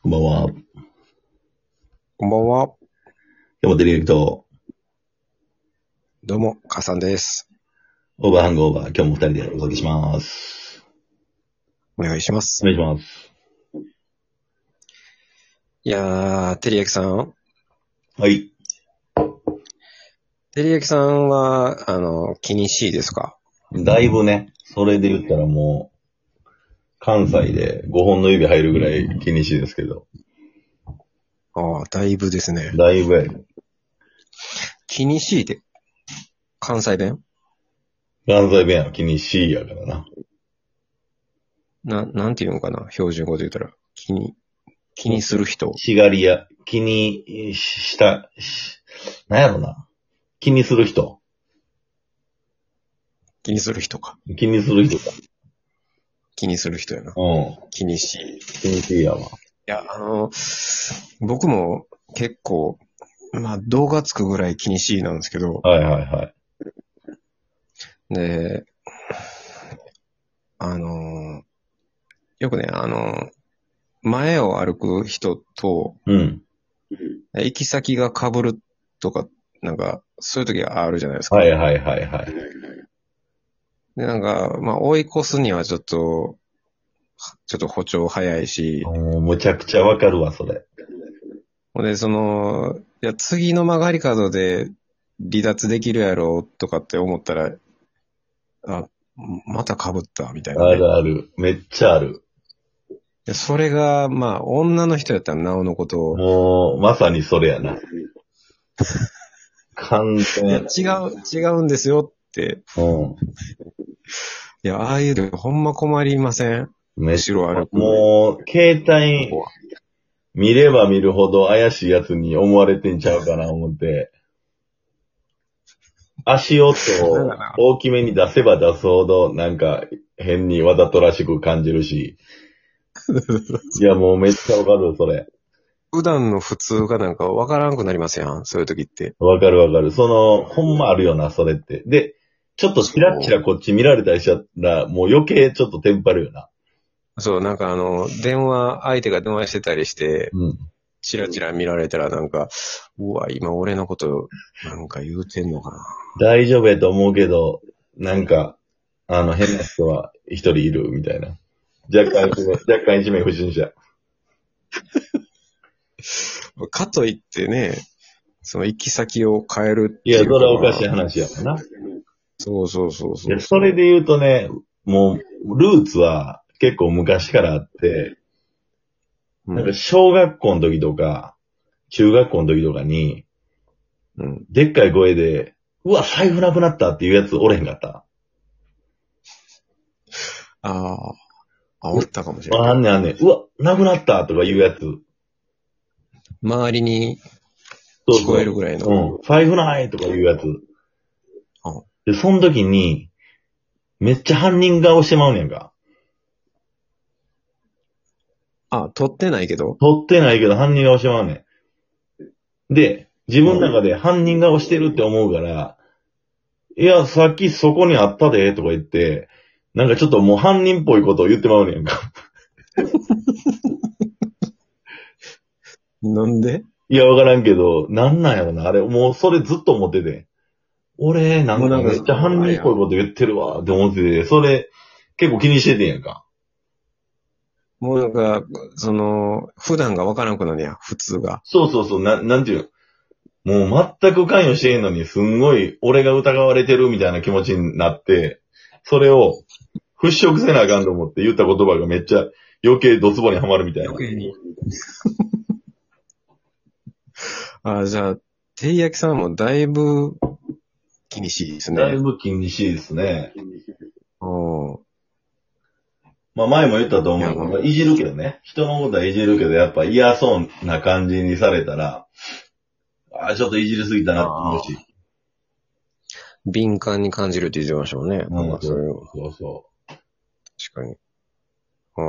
こんばんは。 こんばんは。 今日もデリヘルと、 どうも、かさんです。 オーバーハングオーバー、今日も二人でお届けします。 お願いしまおす。 願いします。 いやー、てりやきさん。 はい。 てりやきさんは、気にしいですか？ だいぶね、それで言ったらもう、関西で5本の指入るぐらい気にしいですけど、 ああ、だいぶですね。 だいぶやる。 気にしいで、関西弁関西弁は気にしいやからな。 なんていうのかな、標準語で言ったら。気にする人。 しがりや、気にした、なんやろな。気にする人。 気にする人か。 気にする人か。 気にする人やな。 うん。 気にしい。い気にしいやわ。 や、僕も結構、まあ、動画つくぐらい気にしいなんですけど、 はいはいはい。 で、あの、よくね、前を歩く人と、 うん。 行き先が被るとか、なんか、そういう時があるじゃないですか。 はいはいはいはい。 で、なんか、まあ、追い越すにはちょっと歩調早いし、 もうむちゃくちゃわかるわ、それ。 ほんで、いや、次の曲がり角で離脱できるやろとかって思ったら、あ、また被った、みたいなあね。 るある。めっちゃある。 でそれが、まあ、女の人やったらなおのことを、 もう、まさにそれやな。完いや、 全。 違うんですよって、 うん。 いや、ああいうのほんま困りません？ めっちゃ、 後ろ歩くもう、携帯子は。 見れば見るほど怪しいやつに思われてんちゃうかな思って、足音をなんかな、 大きめに出せば出すほど、なんか変にわざとらしく感じるし、いやもうめっちゃわかる、それ。 普段の普通がなんかわからんくなりますやん、そういう時って。 わかるわかる。ほんまあるよな、それって。で、ちょっとチラッチラこっち見られたりしたら、もう余計ちょっとテンパるよな。 そう、なんか相手が電話してたりして、 うん。 チラチラ見られたらなんか、うわ、今俺のことなんか言うてんのかな。 大丈夫やと思うけど、なんか、変な人は一人いるみたいな。若干一名不審者。 かといってね、その行き先を変えるっいや、それていうのは、 はおかしい話やもんな。 そうそうそういや、 そうそう。 それで言うとね、もう、ルーツは結構昔からあって、なんかうん。 小学校の時とか、中学校の時とかに、 うん。 でっかい声で、うわ、財布なくなったっていうやつおれへんかった。 ああ、おったかもしれん。 あんねんあんねん。うわ、なくなったとかいうやつ。 周りに聞こえそうそるぐらいの。 う。うん。財布ないとかいうやつ。 あで、その時に、めっちゃ犯人顔してまうねんか。 撮ってないけど。 撮ってないけど犯人顔してまうねん。で、自分の中で犯人顔してるって思うから、いや、さっきそこにあったで、とか言って、なんかちょっともう犯人っぽいことを言ってまうねんか。 なんで？ いや、わからんけど、なんなんやろな。あれ、もうそれずっと思ってて。俺、なんもうなんか、 かめっちゃ犯人っぽいこと言ってるわ、って思ってて、それ、結構気にしててんやんか。 もうなんか、普段がわからんくなるやん、普通が。 そうそうそう、なんていうの。もう全く関与してへんのに、すんごい俺が疑われてるみたいな気持ちになって、それを払拭せなあかんと思って言った言葉がめっちゃ余計ドツボにはまるみたいな。 余計に。じゃあ、てい焼きさんもだいぶ気にしいですだいね。 ぶ気にしいですね。 うん。 まあ前も言ったといや、 思うけど、まあいじるけどね。人のことはいじるけど、やっぱ嫌そうな感じにされたら、ちょっといじりすぎたなって思うし。 敏感に感じるって言ってましたもんね。なんうん、そうかそういうの。 そうそ確かに。うん。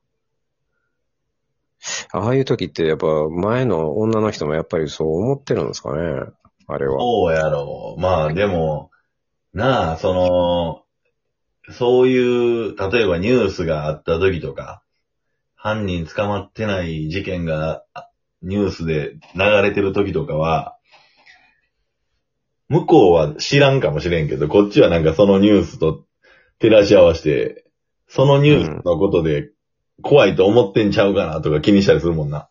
ああいう時ってやっぱ前の女の人もやっぱりそう思ってるんですかね。あれう。 は。 そうやろう。まあでも、なあ、そういう、例えばニュースがあった時とか、 犯人捕まってない事件がニュースで流れてる時とかは、向こうは知らんかもしれんけど、こっちはなんかそのニュースと照らし合わせて、そのニュースのことで怖いと思ってんちゃうかなとか気にしたりするもんな。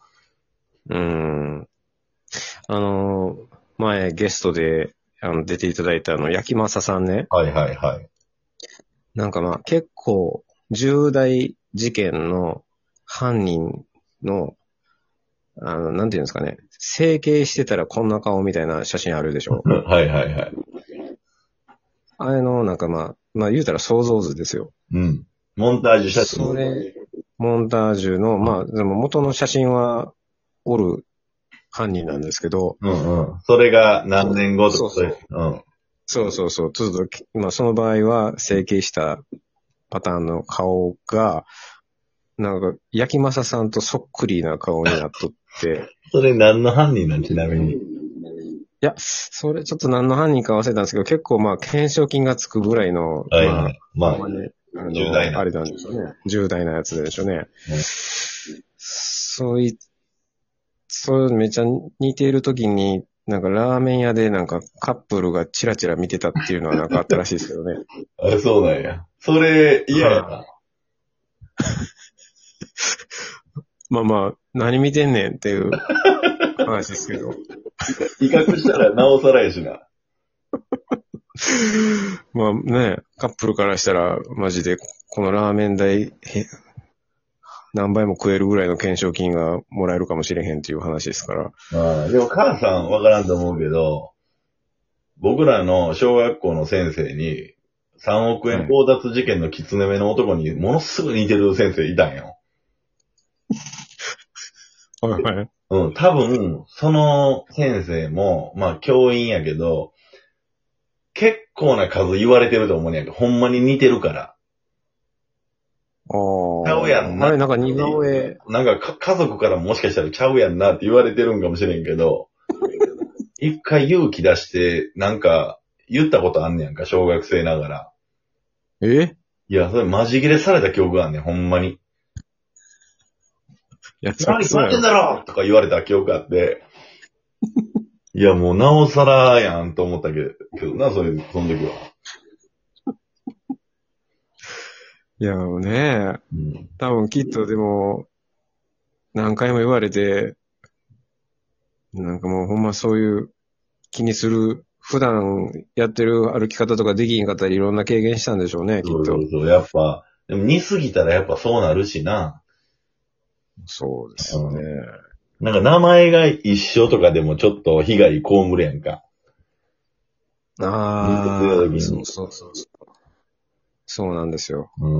前ゲストで出ていただいた焼きまささんね。 はいはいはい。 なんかまあ結構重大事件の犯人の、なんていうんですかね、整形してたらこんな顔みたいな写真あるでしょ。 はいはいはい。 あれのなんかまあ言うたら想像図ですよ。 うん。モンタージュ写真。 それ、モンタージュの、まあでも元の写真はおる犯人なんですけど、 うんうん。それが何年後とか。 そうそう。 うん。 そうそうそう。ちょっと、まあその場合は整形したパターンの顔が、なんか、焼きまささんとそっくりな顔になっとって。 それ何の犯人なんちなみに。 いや、それちょっと何の犯人か忘れたんですけど、結構まあ、懸賞金がつくぐらいの、 はいはい。まあ、重大な。 あれなんでしょうね。重大なやつでしょうね。そうめっちゃ似ているときに、なんかラーメン屋でなんかカップルがチラチラ見てたっていうのはなんかあったらしいですけどね。 あ、そうなんや。それ、嫌やな。 まあまあ、何見てんねんっていう話ですけど。 威嚇したらなおさらやしな。 まあね、カップルからしたら、マジで、このラーメン代、何倍も食えるぐらいの懸賞金がもらえるかもしれへんっていう話ですから。 まあ、でも母さんわからんと思うけど、僕らの小学校の先生に、3億円強奪事件のきつね目の男にものすごい似てる先生いたんよ。 はいはい。 うん、多分、その先生も、まあ教員やけど、結構な数言われてると思うんやけど、ほんまに似てるから。ちゃうやんな。 あれ、なんか似顔絵。 なんか家族からもしかしたらちゃうやんなって言われてるんかもしれんけど、一回勇気出して、なんか言ったことあんねやんか、小学生ながら。 えいや、それマジ切れされた記憶があんねん、ほんまに。 いや、 何決まってんだろ。 ろとか言われた記憶があって、いや、もうなおさらやんと思ったけどな、その時は。 いや、ね、 うん、 多分きっとでも、何回も言われて、なんかもうほんまそういう気にする、普段やってる歩き方とかできんかったりいろんな経験したんでしょうね、きっと。 そう、やっぱ、でも似すぎたらやっぱそうなるしな。 そうですね。 なんか名前が一緒とかでもちょっと被害被るやんか。 ああ、 似てる時に。 そうそうそう。そうなんですよ。 うん。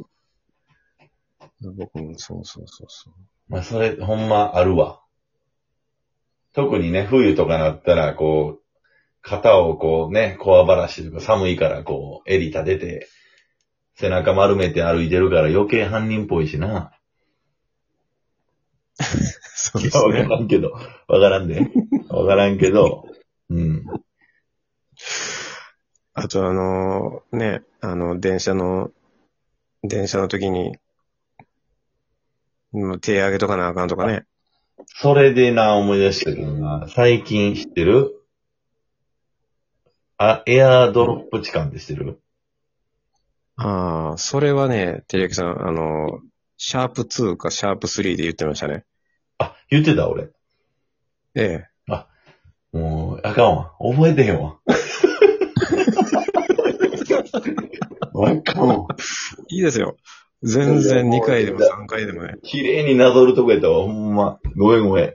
僕もそうそうそうそう。 まあ、それ、ほんまあるわ。特にね、冬とかなったら、こう、肩をこうね、こわばらしとか寒いからこう、襟立てて、背中丸めて歩いてるから余計犯人っぽいしな。 そうですね。 いや、わからんけど。わからんで。わからんけど。うん。 あと電車の時に、手上げとかなあかんとかね。 それでな、思い出したけどな、最近知ってる？エアードロップ痴漢って知ってる？ ああ、それはね、てりやきさん、シャープ2かシャープ3で言ってましたね。 あ、言ってた俺。 ええ。 あ、もう、あかんわ。覚えてへんわ。あかんわ。 いいですよ。全然2回でも3回でもね。 綺麗になぞるとこやったわ、ほんま。ごめんごめん。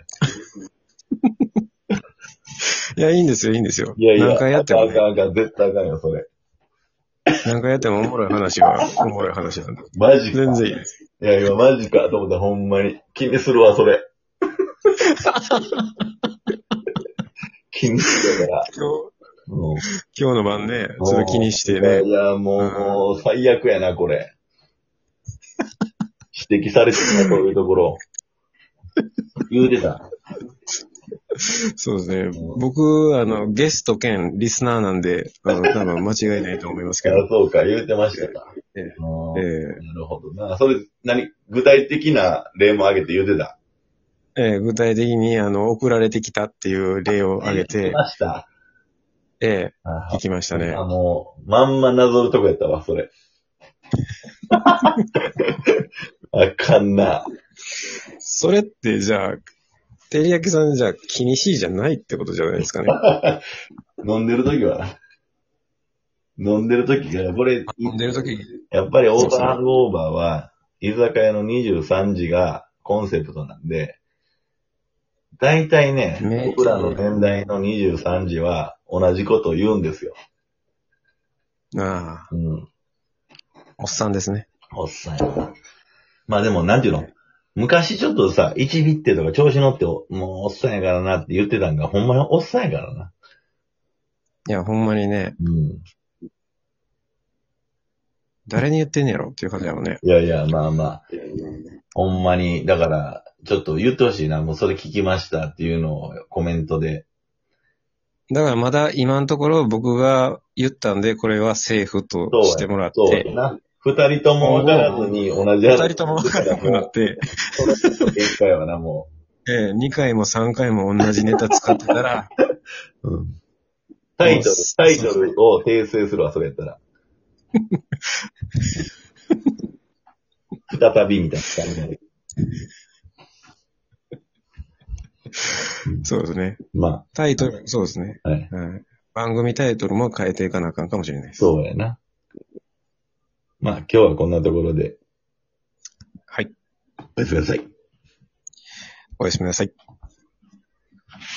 いや、いいんですよ、いいんですよ。 いやいや、 何回やってもね。 あかん、絶対あかんよ、それ。 何回やってもおもろい話は、おもろい話なんで。 マジか。 全然いいです。 いや、今マジかと思った、ほんまに。気にするわ、それ。気にするから。 今日の晩ね、ちょっと気にしてね。 いや、もう、最悪やな、これ。指摘されてるな、こういうところ。言うてた。 そうですね。僕、ゲスト兼リスナーなんで、多分間違いないと思いますけど。 そうか、言うてましたか。 ええ。 なるほどな。それ、 具体的な例も挙げて言うてた。 具体的に、送られてきたっていう例を挙げ聞きて、 ました。 聞きましたね。 もう、まんまなぞるとこやったわ、それ。あかんな。 それってじゃあ、照り焼きさんじゃ気にしいじゃないってことじゃないですかね。 飲んでる時はな。飲んでる時が、これ、 飲んでる時やっぱりオーバーハングオーバーは、居酒屋の23時がコンセプトなんで、大体ね、僕らの年代の23時は同じことを言うんですよ。 ああ、 うん。 おっさんですね。 おっさんやな。まあでも、なんていうの、昔ちょっとさ、1ビってとか調子乗って、もうおっさんやからなって言ってたんが、ほんまにおっさんやからな。 いや、ほんまにね、 うん。 誰に言ってんねやろっていう感じだもんね。 いやいや、まあまあ。ほんまに、だから、ちょっと言ってほしいな。もうそれ聞きましたっていうのをコメントで。 だからまだ今のところ僕が言ったんで、これはセーフとしてもらっそうて、 やな。二人とも分からずに同じ二人とも分からなくなって、 その限界はな、も 2回も3回も同じネタ使ってたら、 う。うん。タイトルを訂正するわ、それやったら。再びみたいな感じで。 そうですね。 まタイトル、そうですね。 あ、はい。 はい番組タイトルも変えていかなあかんかもしれないです。 そうやな。まあ、今日はこんなところで。 はい。 おやすみなさい。 おやすみなさい。